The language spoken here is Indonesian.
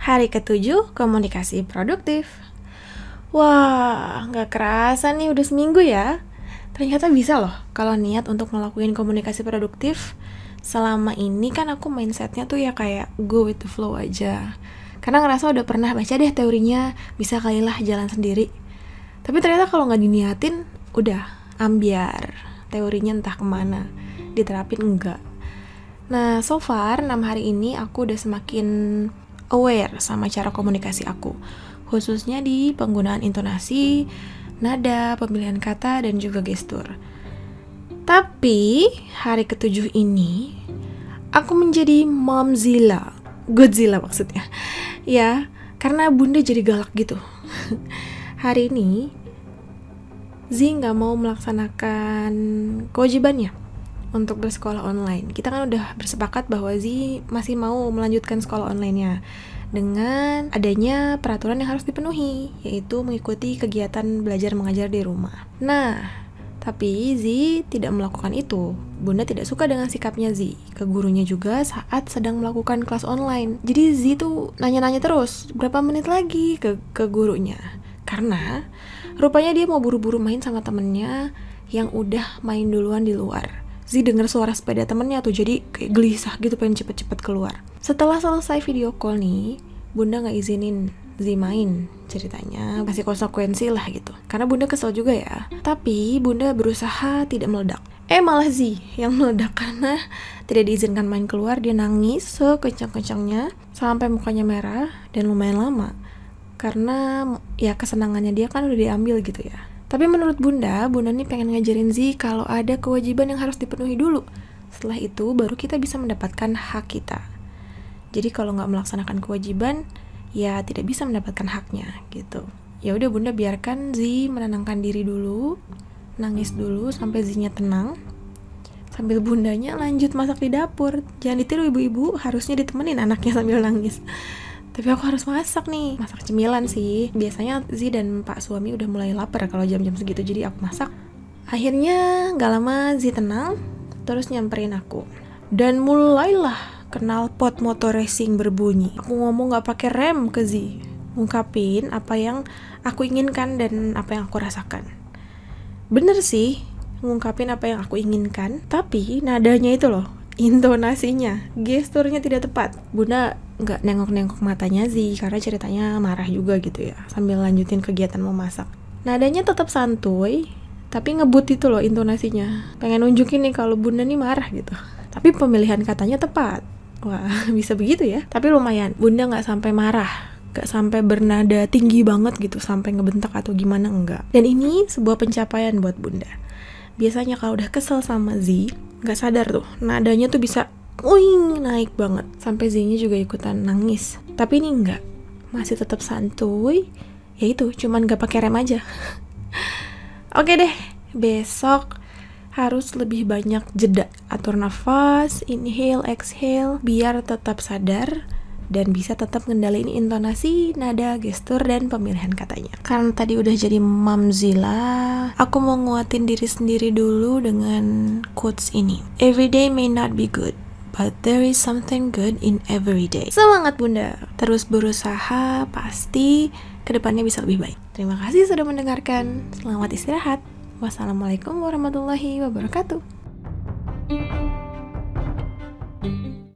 Hari ke-7 komunikasi produktif. Wah, gak kerasa nih udah seminggu ya. Ternyata bisa loh kalau niat untuk ngelakuin komunikasi produktif. Selama ini kan aku mindsetnya tuh ya kayak go with the flow aja. Karena ngerasa udah pernah baca deh teorinya, bisa kalilah jalan sendiri. Tapi ternyata kalau gak diniatin, udah ambiar. Teorinya entah kemana, diterapin enggak. Nah, so far 6 hari ini aku udah semakin aware sama cara komunikasi aku, khususnya di penggunaan intonasi, nada, pemilihan kata, dan juga gestur. Tapi hari ke-7 ini aku menjadi momzilla, Godzilla maksudnya. Ya, karena bunda jadi galak gitu. Hari ini Zi gak mau melaksanakan kewajibannya untuk bersekolah online. Kita kan udah bersepakat bahwa Zi masih mau melanjutkan sekolah online-nya dengan adanya peraturan yang harus dipenuhi, yaitu mengikuti kegiatan belajar mengajar di rumah. Nah, tapi Zi tidak melakukan itu. Bunda tidak suka dengan sikapnya Zi ke gurunya juga saat sedang melakukan kelas online. Jadi Zi tuh nanya-nanya terus, berapa menit lagi ke gurunya. Karena rupanya dia mau buru-buru main sama temennya yang udah main duluan di luar. Zi denger suara sepeda temennya tuh, jadi kayak gelisah gitu pengen cepet-cepet keluar. Setelah selesai video call nih, bunda gak izinin Zi main ceritanya, kasih konsekuensi lah gitu. Karena bunda kesel juga ya. Tapi bunda berusaha tidak meledak. Malah Zi yang meledak karena tidak diizinkan main keluar. Dia nangis sekencang-kencangnya sampai mukanya merah dan lumayan lama. Karena ya kesenangannya dia kan udah diambil gitu ya. Tapi menurut bunda nih pengen ngajarin Zi kalau ada kewajiban yang harus dipenuhi dulu. Setelah itu baru kita bisa mendapatkan hak kita. Jadi kalau nggak melaksanakan kewajiban, ya tidak bisa mendapatkan haknya gitu. Ya udah bunda biarkan Zi menenangkan diri dulu, nangis dulu sampai Zi-nya tenang. Sambil bundanya lanjut masak di dapur. Jangan ditiru ibu-ibu, harusnya ditemenin anaknya sambil nangis. Tapi aku harus masak nih, masak cemilan sih. Biasanya Zi dan Pak suami udah mulai lapar kalau jam-jam segitu, jadi aku masak. Akhirnya gak lama Zi tenang, terus nyamperin aku. Dan mulailah knalpot motor racing berbunyi. Aku ngomong gak pakai rem ke Zi, ngungkapin apa yang aku inginkan dan apa yang aku rasakan. Bener sih, ngungkapin apa yang aku inginkan, tapi nadanya itu loh, intonasinya, gesturnya tidak tepat. Bunda nggak nengok-nengok matanya Zi karena ceritanya marah juga gitu ya, sambil lanjutin kegiatan memasak. Nadanya tetap santuy, tapi ngebut itu loh intonasinya. Pengen nunjukin nih kalau bunda nih marah gitu. Tapi pemilihan katanya tepat. Wah, bisa begitu ya. Tapi lumayan, bunda nggak sampai marah, nggak sampai bernada tinggi banget gitu, sampai ngebentak atau gimana, enggak. Dan ini sebuah pencapaian buat bunda. Biasanya kalau udah kesel sama Zi, nggak sadar tuh, nadanya tuh bisa naik banget sampai Zi-nya juga ikutan nangis. Tapi ini enggak, masih tetap santuy. Ya itu, cuman gak pakai rem aja. Oke deh, besok harus lebih banyak jeda, atur nafas, inhale, exhale, biar tetap sadar dan bisa tetap ngendaliin intonasi, nada, gestur, dan pemilihan katanya. Karena tadi udah jadi momzilla, aku mau nguatin diri sendiri dulu dengan quotes ini. Every day may not be good, but there is something good in every day. Semangat bunda, terus berusaha, pasti kedepannya bisa lebih baik. Terima kasih sudah mendengarkan. Selamat istirahat. Wassalamualaikum warahmatullahi wabarakatuh.